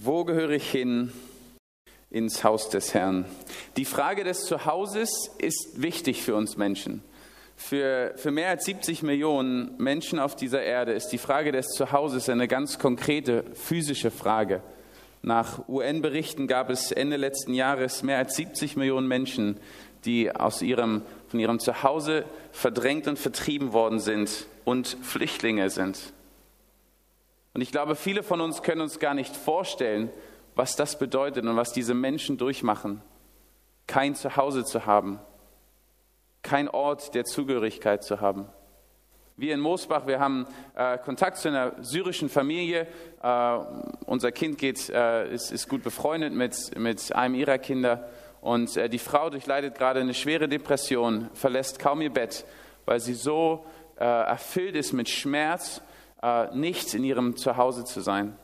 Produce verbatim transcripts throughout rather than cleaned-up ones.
Wo gehöre ich hin? Ins Haus des Herrn. Die Frage des Zuhauses ist wichtig für uns Menschen. Für, für mehr als siebzig Millionen Menschen auf dieser Erde ist die Frage des Zuhauses eine ganz konkrete physische Frage. Nach U N-Berichten gab es Ende letzten Jahres mehr als siebzig Millionen Menschen, die aus ihrem, von ihrem Zuhause verdrängt und vertrieben worden sind und Flüchtlinge sind. Und ich glaube, viele von uns können uns gar nicht vorstellen, was das bedeutet und was diese Menschen durchmachen, kein Zuhause zu haben, kein Ort der Zugehörigkeit zu haben. Wir in Mosbach, wir haben äh, Kontakt zu einer syrischen Familie. Äh, unser Kind geht, äh, ist, ist gut befreundet mit, mit einem ihrer Kinder. Und äh, die Frau durchleidet gerade eine schwere Depression, verlässt kaum ihr Bett, weil sie so äh, erfüllt ist mit Schmerz, äh, nicht in ihrem Zuhause zu sein.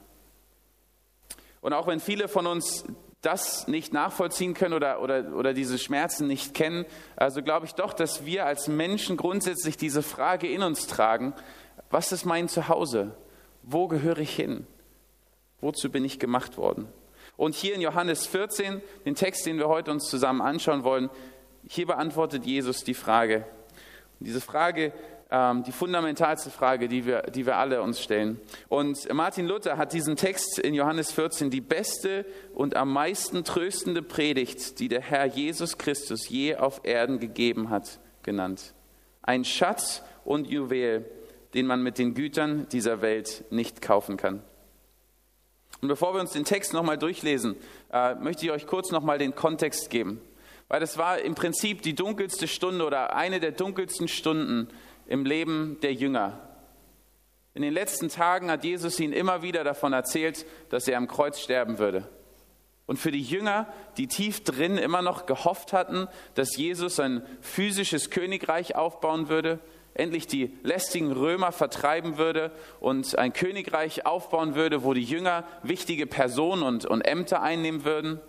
Und auch wenn viele von uns das nicht nachvollziehen können oder, oder, oder diese Schmerzen nicht kennen, also glaube ich doch, dass wir als Menschen grundsätzlich diese Frage in uns tragen: Was ist mein Zuhause? Wo gehöre ich hin? Wozu bin ich gemacht worden? Und hier in Johannes vierzehn, den Text, den wir heute uns zusammen anschauen wollen, hier beantwortet Jesus die Frage. Und diese Frage, ähm, die fundamentalste Frage, die wir, die wir alle uns stellen. Und Martin Luther hat diesen Text in Johannes vierzehn die beste und am meisten tröstende Predigt, die der Herr Jesus Christus je auf Erden gegeben hat, genannt. Ein Schatz und Juwel, den man mit den Gütern dieser Welt nicht kaufen kann. Und bevor wir uns den Text nochmal durchlesen, äh, möchte ich euch kurz nochmal den Kontext geben. Weil das war im Prinzip die dunkelste Stunde oder eine der dunkelsten Stunden im Leben der Jünger. In den letzten Tagen hat Jesus ihnen immer wieder davon erzählt, dass er am Kreuz sterben würde. Und für die Jünger, die tief drin immer noch gehofft hatten, dass Jesus ein physisches Königreich aufbauen würde, endlich die lästigen Römer vertreiben würde und ein Königreich aufbauen würde, wo die Jünger wichtige Personen und, und Ämter einnehmen würden.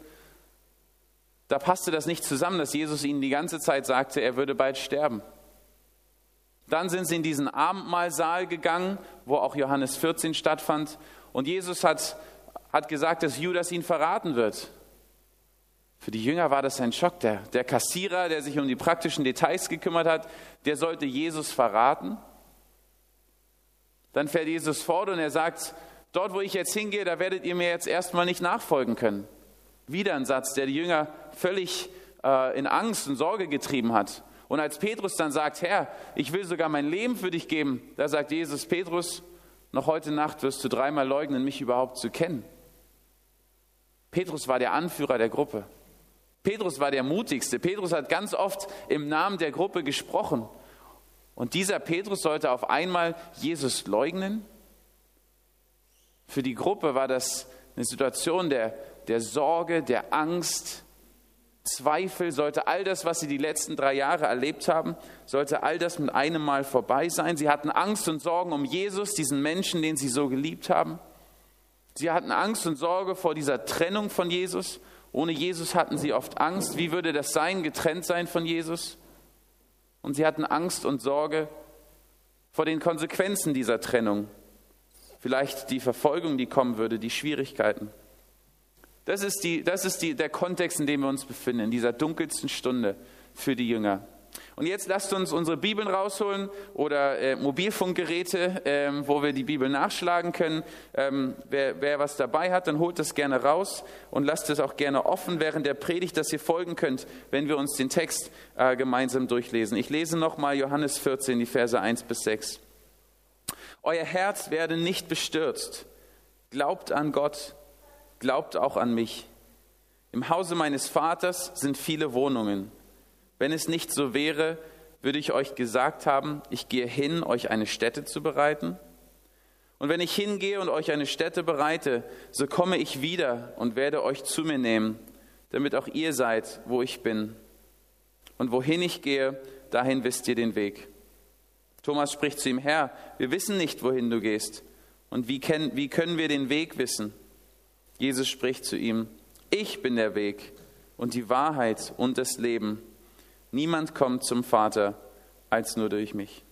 Da passte das nicht zusammen, dass Jesus ihnen die ganze Zeit sagte, er würde bald sterben. Dann sind sie in diesen Abendmahlsaal gegangen, wo auch Johannes vierzehn stattfand. Und Jesus hat, hat gesagt, dass Judas ihn verraten wird. Für die Jünger war das ein Schock. Der, der Kassierer, der sich um die praktischen Details gekümmert hat, der sollte Jesus verraten. Dann fährt Jesus fort und er sagt, dort, wo ich jetzt hingehe, da werdet ihr mir jetzt erstmal nicht nachfolgen können. Wieder ein Satz, der die Jünger völlig äh, in Angst und Sorge getrieben hat. Und als Petrus dann sagt, Herr, ich will sogar mein Leben für dich geben, da sagt Jesus, Petrus, noch heute Nacht wirst du dreimal leugnen, mich überhaupt zu kennen. Petrus war der Anführer der Gruppe. Petrus war der mutigste. Petrus hat ganz oft im Namen der Gruppe gesprochen. Und dieser Petrus sollte auf einmal Jesus leugnen. Für die Gruppe war das eine Situation der, der Sorge, der Angst, Zweifel. Sollte all das, was sie die letzten drei Jahre erlebt haben, sollte all das mit einem Mal vorbei sein. Sie hatten Angst und Sorgen um Jesus, diesen Menschen, den sie so geliebt haben. Sie hatten Angst und Sorge vor dieser Trennung von Jesus. Ohne Jesus hatten sie oft Angst. Wie würde das sein, getrennt sein von Jesus? Und sie hatten Angst und Sorge vor den Konsequenzen dieser Trennung. Vielleicht die Verfolgung, die kommen würde, die Schwierigkeiten. Das ist, die, das ist die, der Kontext, in dem wir uns befinden, in dieser dunkelsten Stunde für die Jünger. Und jetzt lasst uns unsere Bibeln rausholen oder äh, Mobilfunkgeräte, ähm, wo wir die Bibel nachschlagen können. Ähm, wer, wer was dabei hat, dann holt das gerne raus und lasst es auch gerne offen während der Predigt, dass ihr folgen könnt, wenn wir uns den Text äh, gemeinsam durchlesen. Ich lese nochmal Johannes vierzehn, die Verse eins bis sechs. Euer Herz werde nicht bestürzt. Glaubt an Gott, glaubt auch an mich. Im Hause meines Vaters sind viele Wohnungen. Wenn es nicht so wäre, würde ich euch gesagt haben, ich gehe hin, euch eine Stätte zu bereiten. Und wenn ich hingehe und euch eine Stätte bereite, so komme ich wieder und werde euch zu mir nehmen, damit auch ihr seid, wo ich bin. Und wohin ich gehe, dahin wisst ihr den Weg. Thomas spricht zu ihm, Herr, wir wissen nicht, wohin du gehst. Und wie, können, wie können wir den Weg wissen? Jesus spricht zu ihm, ich bin der Weg und die Wahrheit und das Leben. Niemand kommt zum Vater als nur durch mich.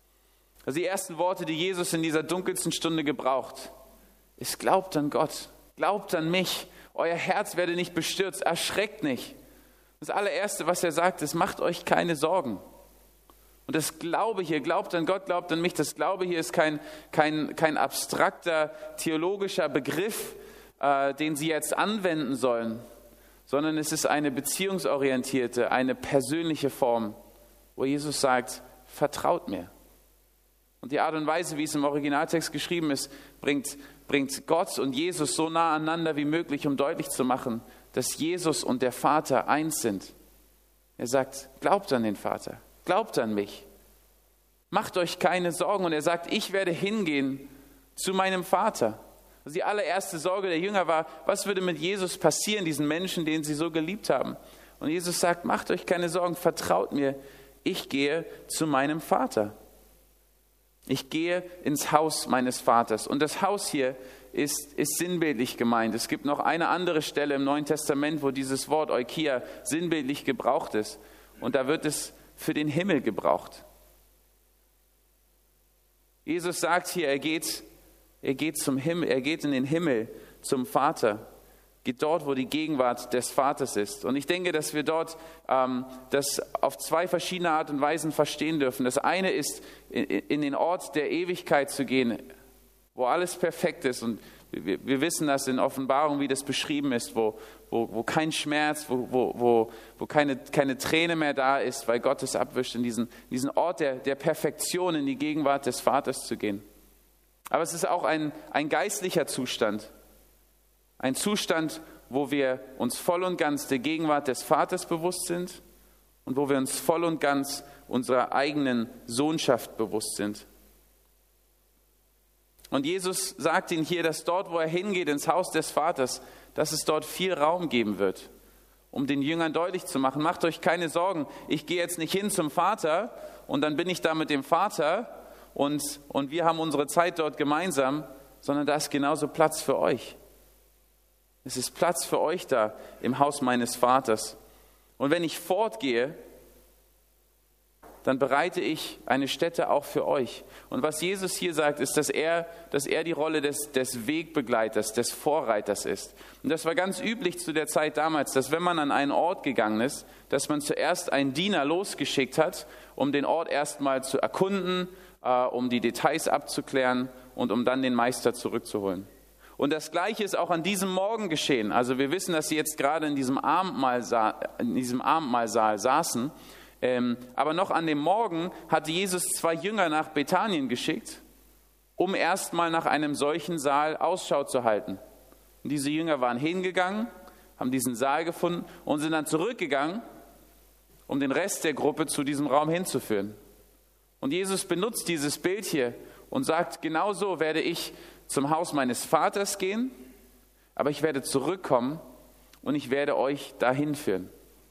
Also die ersten Worte, die Jesus in dieser dunkelsten Stunde gebraucht, ist, glaubt an Gott, Glaubt an mich. Euer Herz werde nicht bestürzt. Erschreckt nicht. Das allererste, was er sagt, ist, macht euch keine Sorgen. Und das Glaube hier, glaubt an Gott, glaubt an mich, das Glaube hier ist kein, kein, kein abstrakter theologischer Begriff, äh, den sie jetzt anwenden sollen, sondern es ist eine beziehungsorientierte, eine persönliche Form, wo Jesus sagt, vertraut mir. Und die Art und Weise, wie es im Originaltext geschrieben ist, bringt, bringt Gott und Jesus so nah aneinander wie möglich, um deutlich zu machen, dass Jesus und der Vater eins sind. Er sagt, glaubt an den Vater, glaubt an mich, macht euch keine Sorgen. Und er sagt, ich werde hingehen zu meinem Vater. Also die allererste Sorge der Jünger war, was würde mit Jesus passieren, diesen Menschen, den sie so geliebt haben. Und Jesus sagt, macht euch keine Sorgen, vertraut mir, ich gehe zu meinem Vater. Ich gehe ins Haus meines Vaters. Und das Haus hier ist, ist sinnbildlich gemeint. Es gibt noch eine andere Stelle im Neuen Testament, wo dieses Wort Eukia sinnbildlich gebraucht ist. Und da wird es für den Himmel gebraucht. Jesus sagt hier, er geht, er geht zum Himmel, er geht in den Himmel zum Vater. Geht dort, wo die Gegenwart des Vaters ist. Und ich denke, dass wir dort ähm, das auf zwei verschiedene Art und Weisen verstehen dürfen. Das eine ist, in, in den Ort der Ewigkeit zu gehen, wo alles perfekt ist. Und wir, wir wissen das in Offenbarung, wie das beschrieben ist, wo, wo, wo kein Schmerz, wo, wo, wo, wo keine, keine Träne mehr da ist, weil Gott es abwischt, in diesen, diesen Ort der, der Perfektion, in die Gegenwart des Vaters zu gehen. Aber es ist auch ein, ein geistlicher Zustand. Ein Zustand, wo wir uns voll und ganz der Gegenwart des Vaters bewusst sind und wo wir uns voll und ganz unserer eigenen Sohnschaft bewusst sind. Und Jesus sagt ihnen hier, dass dort, wo er hingeht, ins Haus des Vaters, dass es dort viel Raum geben wird, um den Jüngern deutlich zu machen, macht euch keine Sorgen, ich gehe jetzt nicht hin zum Vater und dann bin ich da mit dem Vater und, und wir haben unsere Zeit dort gemeinsam, sondern da ist genauso Platz für euch. Es ist Platz für euch da im Haus meines Vaters. Und wenn ich fortgehe, dann bereite ich eine Stätte auch für euch. Und was Jesus hier sagt, ist, dass er, dass er die Rolle des, des Wegbegleiters, des Vorreiters ist. Und das war ganz üblich zu der Zeit damals, dass wenn man an einen Ort gegangen ist, dass man zuerst einen Diener losgeschickt hat, um den Ort erstmal zu erkunden, äh, um die Details abzuklären und um dann den Meister zurückzuholen. Und das Gleiche ist auch an diesem Morgen geschehen. Also wir wissen, dass sie jetzt gerade in diesem Abendmahlsaal, in diesem Abendmahlsaal saßen. Ähm, aber noch an dem Morgen hatte Jesus zwei Jünger nach Bethanien geschickt, um erstmal nach einem solchen Saal Ausschau zu halten. Und diese Jünger waren hingegangen, haben diesen Saal gefunden und sind dann zurückgegangen, um den Rest der Gruppe zu diesem Raum hinzuführen. Und Jesus benutzt dieses Bild hier und sagt, genau so werde ich zum Haus meines Vaters gehen, aber ich werde zurückkommen und ich werde euch dahin führen.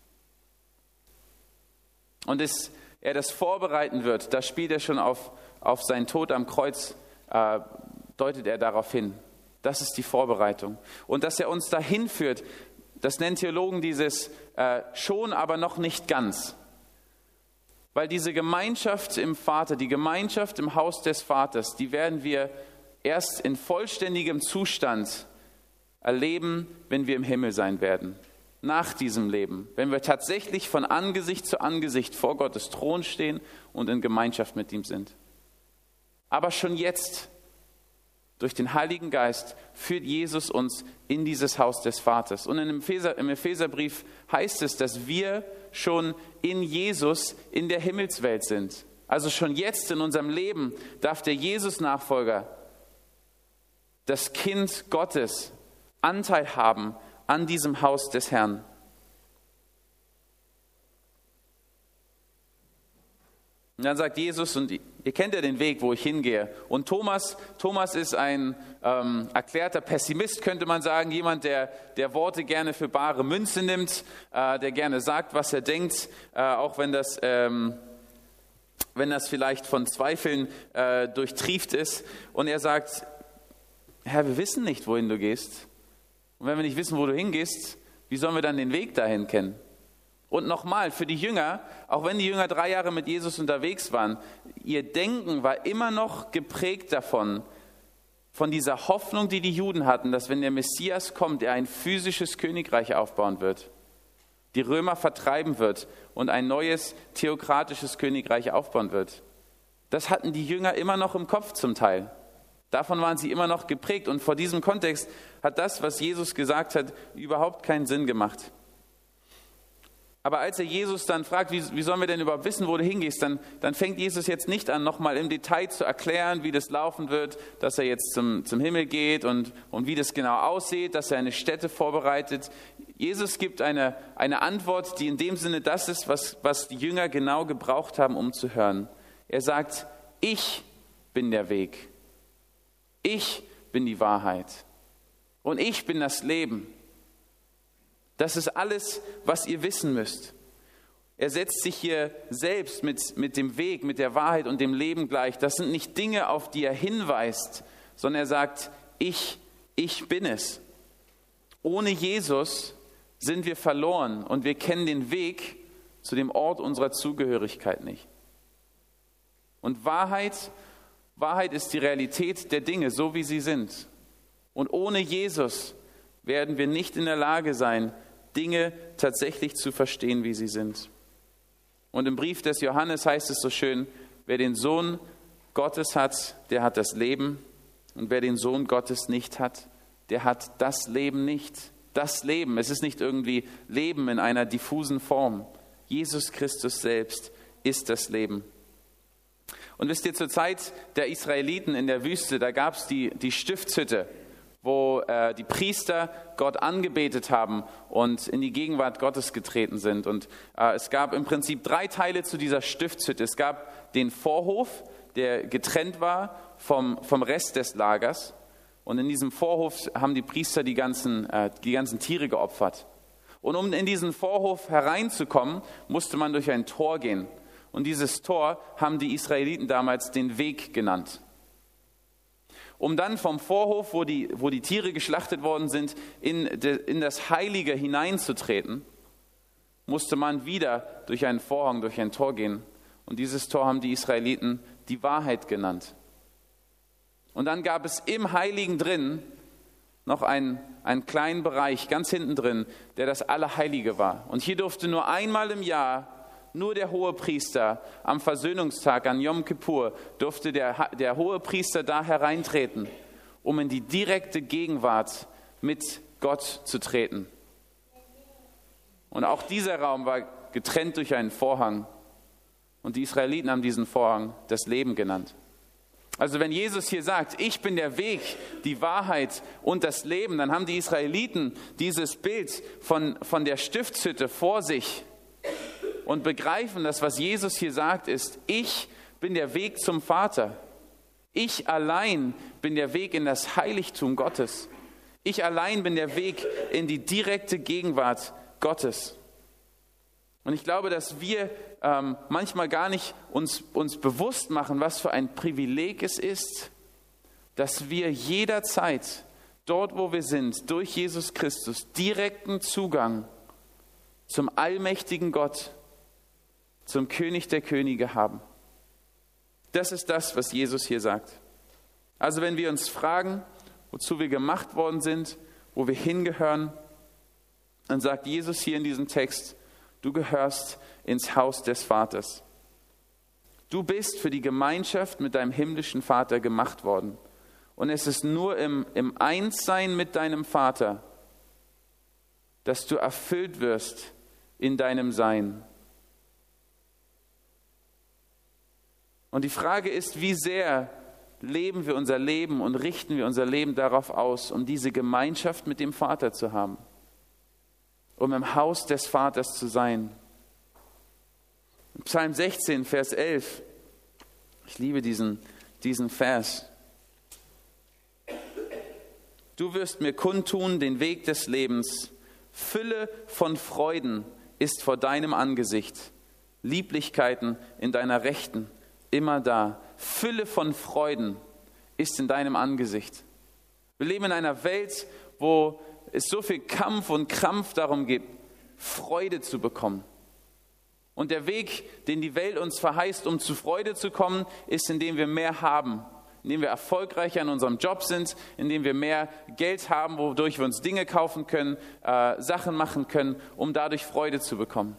Und dass er das vorbereiten wird, da spielt er schon auf, auf seinen Tod am Kreuz, äh, deutet er darauf hin. Das ist die Vorbereitung. Und dass er uns dahin führt, das nennen Theologen dieses äh, schon, aber noch nicht ganz. Weil diese Gemeinschaft im Vater, die Gemeinschaft im Haus des Vaters, die werden wir erst in vollständigem Zustand erleben, wenn wir im Himmel sein werden. Nach diesem Leben, wenn wir tatsächlich von Angesicht zu Angesicht vor Gottes Thron stehen und in Gemeinschaft mit ihm sind. Aber schon jetzt, durch den Heiligen Geist, führt Jesus uns in dieses Haus des Vaters. Und im Epheser, im Epheserbrief heißt es, dass wir schon in Jesus in der Himmelswelt sind. Also schon jetzt in unserem Leben darf der Jesus-Nachfolger, das Kind Gottes, Anteil haben an diesem Haus des Herrn. Und dann sagt Jesus, und ihr kennt ja den Weg, wo ich hingehe. Und Thomas, Thomas ist ein ähm, erklärter Pessimist, könnte man sagen. Jemand, der, der Worte gerne für bare Münze nimmt, äh, der gerne sagt, was er denkt, äh, auch wenn das, ähm, wenn das vielleicht von Zweifeln äh, durchtrieft ist. Und er sagt, Herr, wir wissen nicht, wohin du gehst. Und wenn wir nicht wissen, wo du hingehst, wie sollen wir dann den Weg dahin kennen? Und nochmal, für die Jünger, auch wenn die Jünger drei Jahre mit Jesus unterwegs waren, ihr Denken war immer noch geprägt davon, von dieser Hoffnung, die die Juden hatten, dass wenn der Messias kommt, er ein physisches Königreich aufbauen wird, die Römer vertreiben wird und ein neues theokratisches Königreich aufbauen wird. Das hatten die Jünger immer noch im Kopf zum Teil. Davon waren sie immer noch geprägt. Und vor diesem Kontext hat das, was Jesus gesagt hat, überhaupt keinen Sinn gemacht. Aber als er Jesus dann fragt, wie, wie sollen wir denn überhaupt wissen, wo du hingehst, dann, dann fängt Jesus jetzt nicht an, nochmal im Detail zu erklären, wie das laufen wird, dass er jetzt zum, zum Himmel geht und, und wie das genau aussieht, dass er eine Stätte vorbereitet. Jesus gibt eine, eine Antwort, die in dem Sinne das ist, was, was die Jünger genau gebraucht haben, um zu hören. Er sagt, ich bin der Weg. Ich bin die Wahrheit. Und ich bin das Leben. Das ist alles, was ihr wissen müsst. Er setzt sich hier selbst mit, mit dem Weg, mit der Wahrheit und dem Leben gleich. Das sind nicht Dinge, auf die er hinweist, sondern er sagt, ich, ich bin es. Ohne Jesus sind wir verloren und wir kennen den Weg zu dem Ort unserer Zugehörigkeit nicht. Und Wahrheit, Wahrheit ist die Realität der Dinge, so wie sie sind. Und ohne Jesus werden wir nicht in der Lage sein, Dinge tatsächlich zu verstehen, wie sie sind. Und im Brief des Johannes heißt es so schön, wer den Sohn Gottes hat, der hat das Leben. Und wer den Sohn Gottes nicht hat, der hat das Leben nicht. Das Leben, es ist nicht irgendwie Leben in einer diffusen Form. Jesus Christus selbst ist das Leben. Und wisst ihr, zur Zeit der Israeliten in der Wüste, da gab es die, die Stiftshütte, wo äh, die Priester Gott angebetet haben und in die Gegenwart Gottes getreten sind. Und äh, es gab im Prinzip drei Teile zu dieser Stiftshütte. Es gab den Vorhof, der getrennt war vom, vom Rest des Lagers. Und in diesem Vorhof haben die Priester die ganzen, äh, die ganzen Tiere geopfert. Und um in diesen Vorhof hereinzukommen, musste man durch ein Tor gehen. Und dieses Tor haben die Israeliten damals den Weg genannt. Um dann vom Vorhof, wo die, wo die Tiere geschlachtet worden sind, in, de, in das Heilige hineinzutreten, musste man wieder durch einen Vorhang, durch ein Tor gehen. Und dieses Tor haben die Israeliten die Wahrheit genannt. Und dann gab es im Heiligen drin noch einen, einen kleinen Bereich, ganz hinten drin, der das Allerheilige war. Und hier durfte nur einmal im Jahr nur der Hohepriester am Versöhnungstag, an Yom Kippur, durfte der, der Hohepriester da hereintreten, um in die direkte Gegenwart mit Gott zu treten. Und auch dieser Raum war getrennt durch einen Vorhang. Und die Israeliten haben diesen Vorhang das Leben genannt. Also wenn Jesus hier sagt, ich bin der Weg, die Wahrheit und das Leben, dann haben die Israeliten dieses Bild von, von der Stiftshütte vor sich und begreifen, dass was Jesus hier sagt ist, ich bin der Weg zum Vater. Ich allein bin der Weg in das Heiligtum Gottes. Ich allein bin der Weg in die direkte Gegenwart Gottes. Und ich glaube, dass wir ähm, manchmal gar nicht uns, uns bewusst machen, was für ein Privileg es ist, dass wir jederzeit, dort wo wir sind, durch Jesus Christus direkten Zugang zum allmächtigen Gott, zum König der Könige haben. Das ist das, was Jesus hier sagt. Also wenn wir uns fragen, wozu wir gemacht worden sind, wo wir hingehören, dann sagt Jesus hier in diesem Text, du gehörst ins Haus des Vaters. Du bist für die Gemeinschaft mit deinem himmlischen Vater gemacht worden. Und es ist nur im, im Einssein mit deinem Vater, dass du erfüllt wirst in deinem Sein. Und die Frage ist, wie sehr leben wir unser Leben und richten wir unser Leben darauf aus, um diese Gemeinschaft mit dem Vater zu haben, um im Haus des Vaters zu sein. Psalm sechzehn, Vers elf. Ich liebe diesen, diesen Vers. Du wirst mir kundtun den Weg des Lebens. Fülle von Freuden ist vor deinem Angesicht. Lieblichkeiten in deiner Rechten. Immer da. Fülle von Freuden ist in deinem Angesicht. Wir leben in einer Welt, wo es so viel Kampf und Krampf darum gibt, Freude zu bekommen. Und der Weg, den die Welt uns verheißt, um zu Freude zu kommen, ist, indem wir mehr haben, indem wir erfolgreicher in unserem Job sind, indem wir mehr Geld haben, wodurch wir uns Dinge kaufen können, äh, Sachen machen können, um dadurch Freude zu bekommen.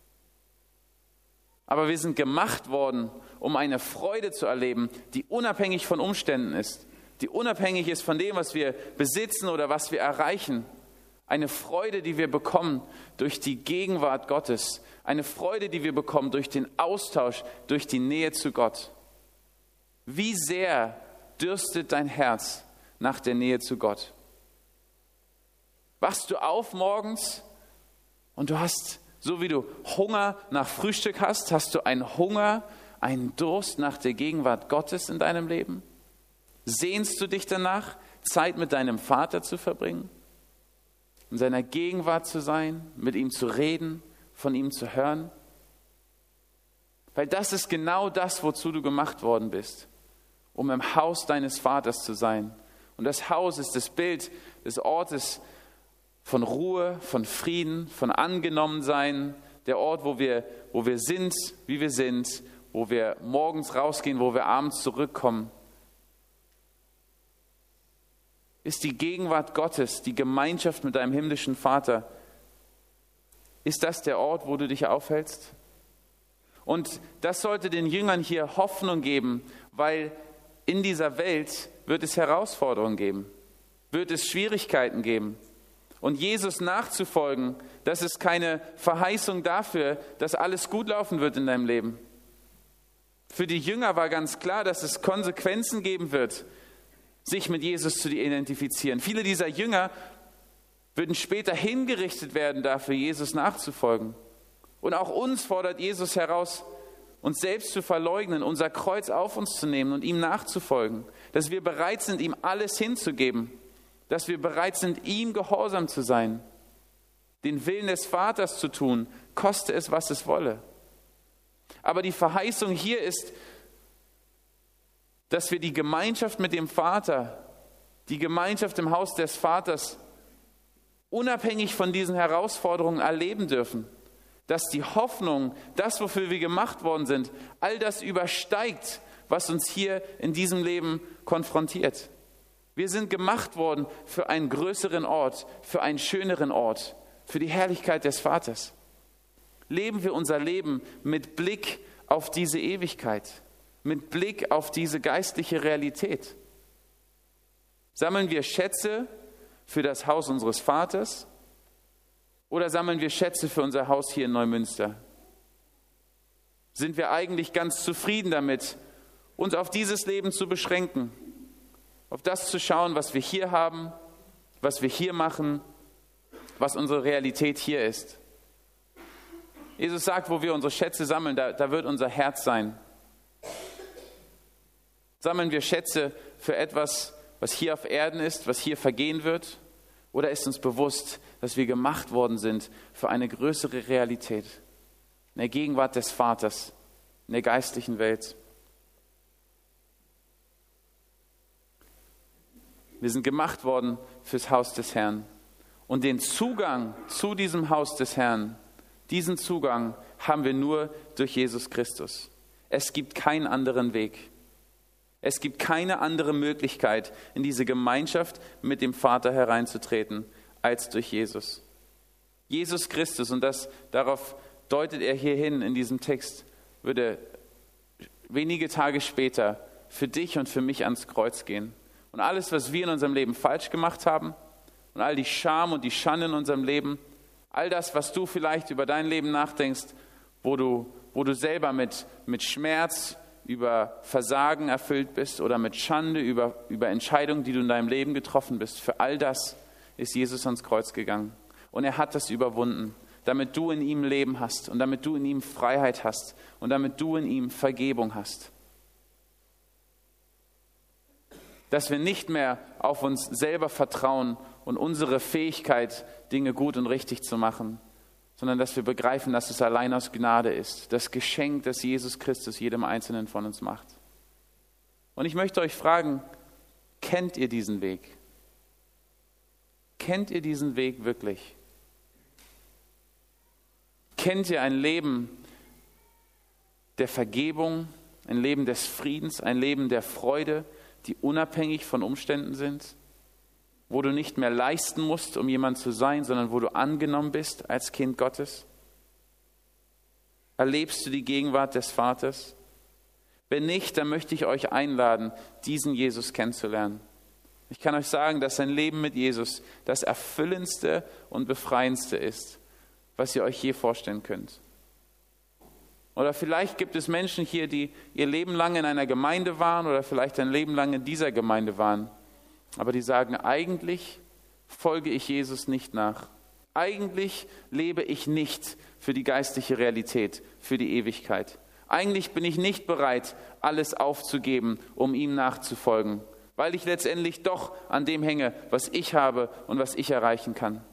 Aber wir sind gemacht worden, um eine Freude zu erleben, die unabhängig von Umständen ist, die unabhängig ist von dem, was wir besitzen oder was wir erreichen. Eine Freude, die wir bekommen durch die Gegenwart Gottes. Eine Freude, die wir bekommen durch den Austausch, durch die Nähe zu Gott. Wie sehr dürstet dein Herz nach der Nähe zu Gott? Wachst du auf morgens und du hast, so wie du Hunger nach Frühstück hast, hast du einen Hunger, einen Durst nach der Gegenwart Gottes in deinem Leben? Sehnst du dich danach, Zeit mit deinem Vater zu verbringen? In seiner Gegenwart zu sein, mit ihm zu reden, von ihm zu hören? Weil das ist genau das, wozu du gemacht worden bist, um im Haus deines Vaters zu sein. Und das Haus ist das Bild des Ortes von Ruhe, von Frieden, von Angenommensein, der Ort, wo wir, wo wir sind, wie wir sind, wo wir morgens rausgehen, wo wir abends zurückkommen. Ist die Gegenwart Gottes, die Gemeinschaft mit deinem himmlischen Vater, ist das der Ort, wo du dich aufhältst? Und das sollte den Jüngern hier Hoffnung geben, weil in dieser Welt wird es Herausforderungen geben, wird es Schwierigkeiten geben. Und Jesus nachzufolgen, das ist keine Verheißung dafür, dass alles gut laufen wird in deinem Leben. Für die Jünger war ganz klar, dass es Konsequenzen geben wird, sich mit Jesus zu identifizieren. Viele dieser Jünger würden später hingerichtet werden, dafür Jesus nachzufolgen. Und auch uns fordert Jesus heraus, uns selbst zu verleugnen, unser Kreuz auf uns zu nehmen und ihm nachzufolgen. Dass wir bereit sind, ihm alles hinzugeben. Dass wir bereit sind, ihm gehorsam zu sein. Den Willen des Vaters zu tun, koste es, was es wolle. Aber die Verheißung hier ist, dass wir die Gemeinschaft mit dem Vater, die Gemeinschaft im Haus des Vaters, unabhängig von diesen Herausforderungen erleben dürfen. Dass die Hoffnung, das, wofür wir gemacht worden sind, all das übersteigt, was uns hier in diesem Leben konfrontiert. Wir sind gemacht worden für einen größeren Ort, für einen schöneren Ort, für die Herrlichkeit des Vaters. Leben wir unser Leben mit Blick auf diese Ewigkeit, mit Blick auf diese geistliche Realität. Sammeln wir Schätze für das Haus unseres Vaters oder sammeln wir Schätze für unser Haus hier in Neumünster? Sind wir eigentlich ganz zufrieden damit, uns auf dieses Leben zu beschränken, auf das zu schauen, was wir hier haben, was wir hier machen, was unsere Realität hier ist? Jesus sagt, wo wir unsere Schätze sammeln, da, da wird unser Herz sein. Sammeln wir Schätze für etwas, was hier auf Erden ist, was hier vergehen wird? Oder ist uns bewusst, dass wir gemacht worden sind für eine größere Realität, in der Gegenwart des Vaters, in der geistlichen Welt? Wir sind gemacht worden fürs Haus des Herrn. Und den Zugang zu diesem Haus des Herrn, diesen Zugang haben wir nur durch Jesus Christus. Es gibt keinen anderen Weg. Es gibt keine andere Möglichkeit, in diese Gemeinschaft mit dem Vater hereinzutreten, als durch Jesus. Jesus Christus, und das, darauf deutet er hier hin in diesem Text, würde wenige Tage später für dich und für mich ans Kreuz gehen. Und alles, was wir in unserem Leben falsch gemacht haben und all die Scham und die Schande in unserem Leben, all das, was du vielleicht über dein Leben nachdenkst, wo du, wo du selber mit, mit Schmerz, über Versagen erfüllt bist oder mit Schande über, über Entscheidungen, die du in deinem Leben getroffen bist. Für all das ist Jesus ans Kreuz gegangen. Und er hat das überwunden, damit du in ihm Leben hast und damit du in ihm Freiheit hast und damit du in ihm Vergebung hast. Dass wir nicht mehr auf uns selber vertrauen und unsere Fähigkeit, Dinge gut und richtig zu machen, sondern dass wir begreifen, dass es allein aus Gnade ist. Das Geschenk, das Jesus Christus jedem Einzelnen von uns macht. Und ich möchte euch fragen, kennt ihr diesen Weg? Kennt ihr diesen Weg wirklich? Kennt ihr ein Leben der Vergebung, ein Leben des Friedens, ein Leben der Freude, die unabhängig von Umständen sind, wo du nicht mehr leisten musst, um jemand zu sein, sondern wo du angenommen bist als Kind Gottes? Erlebst du die Gegenwart des Vaters? Wenn nicht, dann möchte ich euch einladen, diesen Jesus kennenzulernen. Ich kann euch sagen, dass ein Leben mit Jesus das erfüllendste und befreiendste ist, was ihr euch je vorstellen könnt. Oder vielleicht gibt es Menschen hier, die ihr Leben lang in einer Gemeinde waren oder vielleicht ein Leben lang in dieser Gemeinde waren, aber die sagen, eigentlich folge ich Jesus nicht nach. Eigentlich lebe ich nicht für die geistliche Realität, für die Ewigkeit. Eigentlich bin ich nicht bereit, alles aufzugeben, um ihm nachzufolgen, weil ich letztendlich doch an dem hänge, was ich habe und was ich erreichen kann.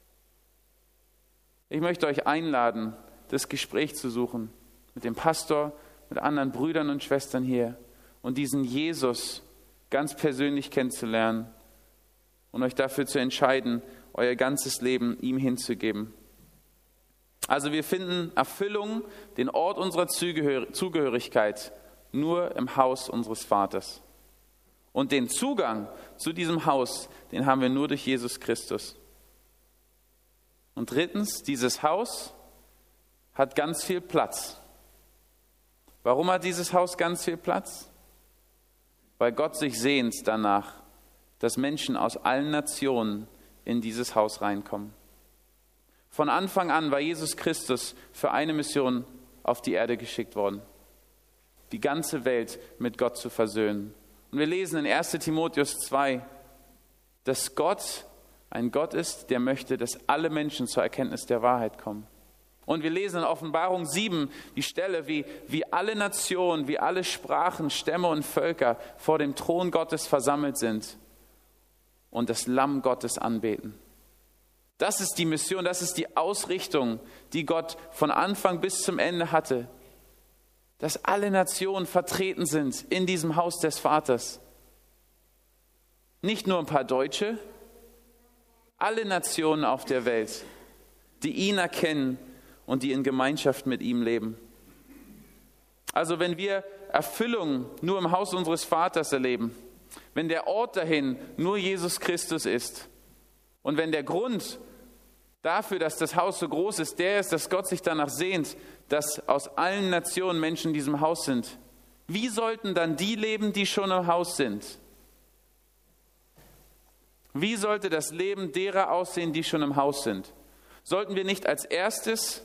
Ich möchte euch einladen, das Gespräch zu suchen mit dem Pastor, mit anderen Brüdern und Schwestern hier und diesen Jesus ganz persönlich kennenzulernen und euch dafür zu entscheiden, euer ganzes Leben ihm hinzugeben. Also wir finden Erfüllung, den Ort unserer Zugehörigkeit, nur im Haus unseres Vaters. Und den Zugang zu diesem Haus, den haben wir nur durch Jesus Christus. Und drittens, dieses Haus hat ganz viel Platz. Warum hat dieses Haus ganz viel Platz? Weil Gott sich sehnt danach, dass Menschen aus allen Nationen in dieses Haus reinkommen. Von Anfang an war Jesus Christus für eine Mission auf die Erde geschickt worden, die ganze Welt mit Gott zu versöhnen. Und wir lesen in erster Timotheus zwei, dass Gott ein Gott ist, der möchte, dass alle Menschen zur Erkenntnis der Wahrheit kommen. Und wir lesen in Offenbarung sieben die Stelle, wie, wie alle Nationen, wie alle Sprachen, Stämme und Völker vor dem Thron Gottes versammelt sind und das Lamm Gottes anbeten. Das ist die Mission, das ist die Ausrichtung, die Gott von Anfang bis zum Ende hatte. Dass alle Nationen vertreten sind in diesem Haus des Vaters. Nicht nur ein paar Deutsche, alle Nationen auf der Welt, die ihn erkennen und die in Gemeinschaft mit ihm leben. Also wenn wir Erfüllung nur im Haus unseres Vaters erleben, wenn der Ort dahin nur Jesus Christus ist und wenn der Grund dafür, dass das Haus so groß ist, der ist, dass Gott sich danach sehnt, dass aus allen Nationen Menschen in diesem Haus sind, wie sollten dann die leben, die schon im Haus sind? Wie sollte das Leben derer aussehen, die schon im Haus sind? Sollten wir nicht als erstes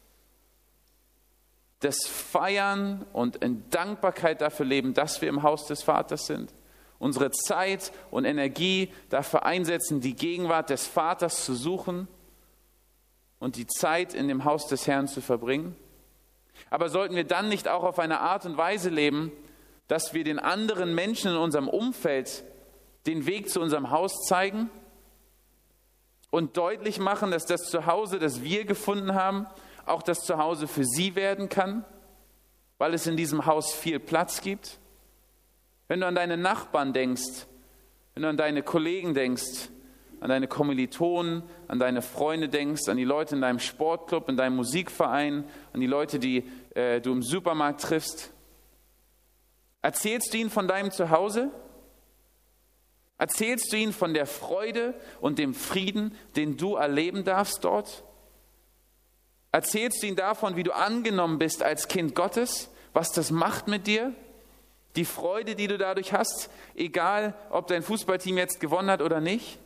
das Feiern und in Dankbarkeit dafür leben, dass wir im Haus des Vaters sind? Unsere Zeit und Energie dafür einsetzen, die Gegenwart des Vaters zu suchen und die Zeit in dem Haus des Herrn zu verbringen? Aber sollten wir dann nicht auch auf eine Art und Weise leben, dass wir den anderen Menschen in unserem Umfeld den Weg zu unserem Haus zeigen und deutlich machen, dass das Zuhause, das wir gefunden haben, auch das Zuhause für sie werden kann, weil es in diesem Haus viel Platz gibt? Wenn du an deine Nachbarn denkst, wenn du an deine Kollegen denkst, an deine Kommilitonen, an deine Freunde denkst, an die Leute in deinem Sportclub, in deinem Musikverein, an die Leute, die äh, du im Supermarkt triffst, erzählst du ihnen von deinem Zuhause? Erzählst du ihnen von der Freude und dem Frieden, den du erleben darfst dort? Erzählst du ihnen davon, wie du angenommen bist als Kind Gottes, was das macht mit dir? Die Freude, die du dadurch hast, egal ob dein Fußballteam jetzt gewonnen hat oder nicht?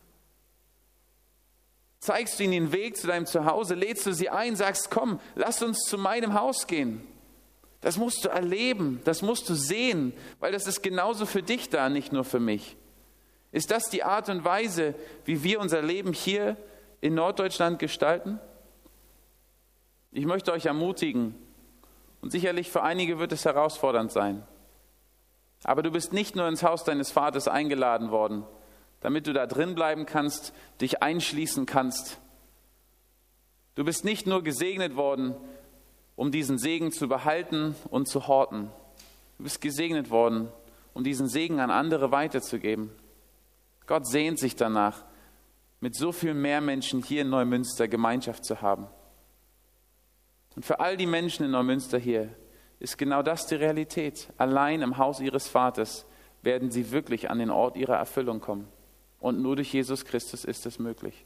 Zeigst du ihnen den Weg zu deinem Zuhause, lädst du sie ein, sagst, komm, lass uns zu meinem Haus gehen. Das musst du erleben, das musst du sehen, weil das ist genauso für dich da, nicht nur für mich. Ist das die Art und Weise, wie wir unser Leben hier in Norddeutschland gestalten? Ich möchte euch ermutigen, und sicherlich für einige wird es herausfordernd sein, aber du bist nicht nur ins Haus deines Vaters eingeladen worden, damit du da drin bleiben kannst, dich einschließen kannst. Du bist nicht nur gesegnet worden, um diesen Segen zu behalten und zu horten. Du bist gesegnet worden, um diesen Segen an andere weiterzugeben. Gott sehnt sich danach, mit so viel mehr Menschen hier in Neumünster Gemeinschaft zu haben. Und für all die Menschen in Neumünster hier ist genau das die Realität. Allein im Haus ihres Vaters werden sie wirklich an den Ort ihrer Erfüllung kommen. Und nur durch Jesus Christus ist es möglich.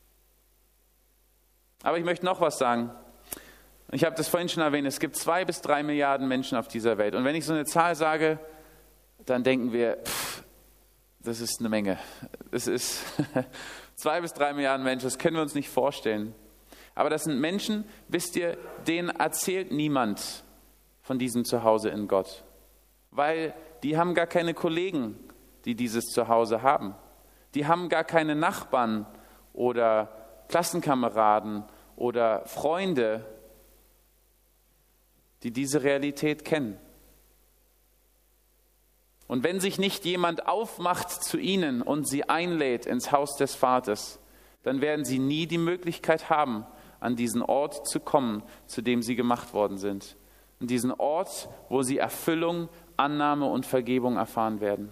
Aber ich möchte noch was sagen. Ich habe das vorhin schon erwähnt, es gibt zwei bis drei Milliarden Menschen auf dieser Welt. Und wenn ich so eine Zahl sage, dann denken wir, pff, das ist eine Menge. Das ist zwei bis drei Milliarden Menschen, das können wir uns nicht vorstellen. Aber das sind Menschen, wisst ihr, denen erzählt niemand von diesem Zuhause in Gott. Weil die haben gar keine Kollegen, die dieses Zuhause haben. Die haben gar keine Nachbarn oder Klassenkameraden oder Freunde, die diese Realität kennen. Und wenn sich nicht jemand aufmacht zu ihnen und sie einlädt ins Haus des Vaters, dann werden sie nie die Möglichkeit haben, an diesen Ort zu kommen, zu dem sie gemacht worden sind. An diesen Ort, wo sie Erfüllung, Annahme und Vergebung erfahren werden.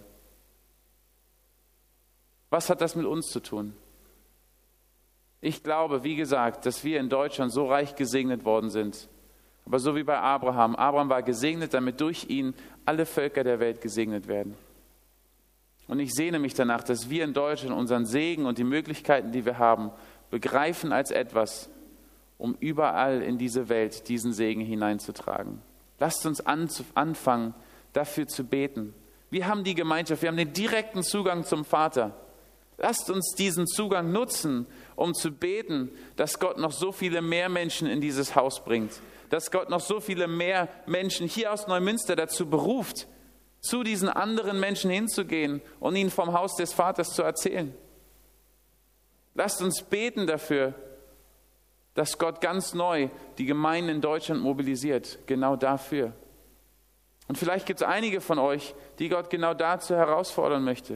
Was hat das mit uns zu tun? Ich glaube, wie gesagt, dass wir in Deutschland so reich gesegnet worden sind. Aber so wie bei Abraham. Abraham war gesegnet, damit durch ihn alle Völker der Welt gesegnet werden. Und ich sehne mich danach, dass wir in Deutschland unseren Segen und die Möglichkeiten, die wir haben, begreifen als etwas, um überall in diese Welt diesen Segen hineinzutragen. Lasst uns anfangen, dafür zu beten. Wir haben die Gemeinschaft, wir haben den direkten Zugang zum Vater. Lasst uns diesen Zugang nutzen, um zu beten, dass Gott noch so viele mehr Menschen in dieses Haus bringt. Dass Gott noch so viele mehr Menschen hier aus Neumünster dazu beruft, zu diesen anderen Menschen hinzugehen und ihnen vom Haus des Vaters zu erzählen. Lasst uns beten dafür, dass Gott ganz neu die Gemeinden in Deutschland mobilisiert, genau dafür. Und vielleicht gibt es einige von euch, die Gott genau dazu herausfordern möchte.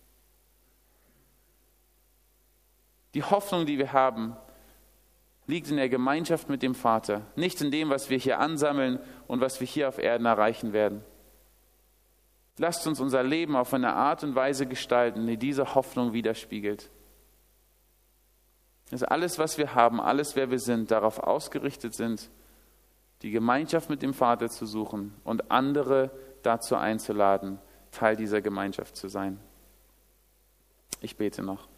Die Hoffnung, die wir haben, liegt in der Gemeinschaft mit dem Vater, nicht in dem, was wir hier ansammeln und was wir hier auf Erden erreichen werden. Lasst uns unser Leben auf eine Art und Weise gestalten, die diese Hoffnung widerspiegelt. Dass alles, was wir haben, alles, wer wir sind, darauf ausgerichtet sind, die Gemeinschaft mit dem Vater zu suchen und andere dazu einzuladen, Teil dieser Gemeinschaft zu sein. Ich bete noch.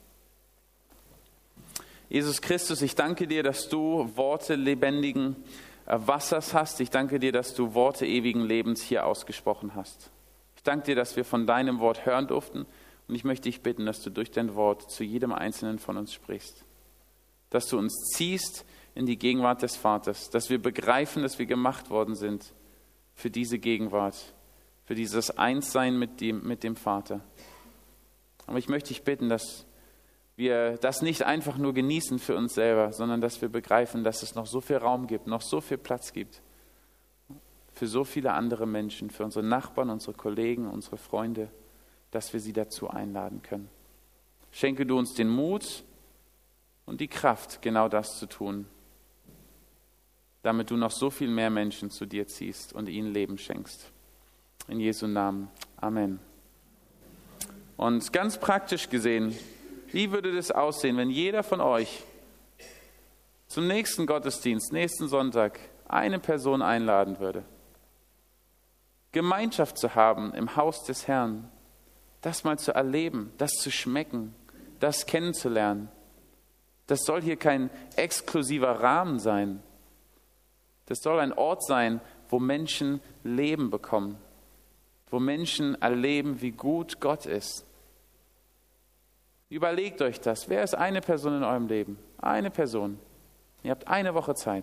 Jesus Christus, ich danke dir, dass du Worte lebendigen Wassers hast. Ich danke dir, dass du Worte ewigen Lebens hier ausgesprochen hast. Ich danke dir, dass wir von deinem Wort hören durften. Und ich möchte dich bitten, dass du durch dein Wort zu jedem Einzelnen von uns sprichst. Dass du uns ziehst in die Gegenwart des Vaters. Dass wir begreifen, dass wir gemacht worden sind für diese Gegenwart. Für dieses Einssein mit dem, mit dem Vater. Aber ich möchte dich bitten, dass wir das nicht einfach nur genießen für uns selber, sondern dass wir begreifen, dass es noch so viel Raum gibt, noch so viel Platz gibt für so viele andere Menschen, für unsere Nachbarn, unsere Kollegen, unsere Freunde, dass wir sie dazu einladen können. Schenke du uns den Mut und die Kraft, genau das zu tun, damit du noch so viel mehr Menschen zu dir ziehst und ihnen Leben schenkst. In Jesu Namen. Amen. Und ganz praktisch gesehen, wie würde das aussehen, wenn jeder von euch zum nächsten Gottesdienst, nächsten Sonntag, eine Person einladen würde? Gemeinschaft zu haben im Haus des Herrn, das mal zu erleben, das zu schmecken, das kennenzulernen. Das soll hier kein exklusiver Rahmen sein. Das soll ein Ort sein, wo Menschen Leben bekommen, wo Menschen erleben, wie gut Gott ist. Überlegt euch das. Wer ist eine Person in eurem Leben? Eine Person. Ihr habt eine Woche Zeit.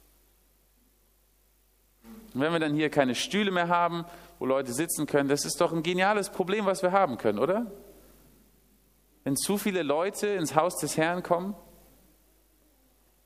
Und wenn wir dann hier keine Stühle mehr haben, wo Leute sitzen können, das ist doch ein geniales Problem, was wir haben können, oder? Wenn zu viele Leute ins Haus des Herrn kommen,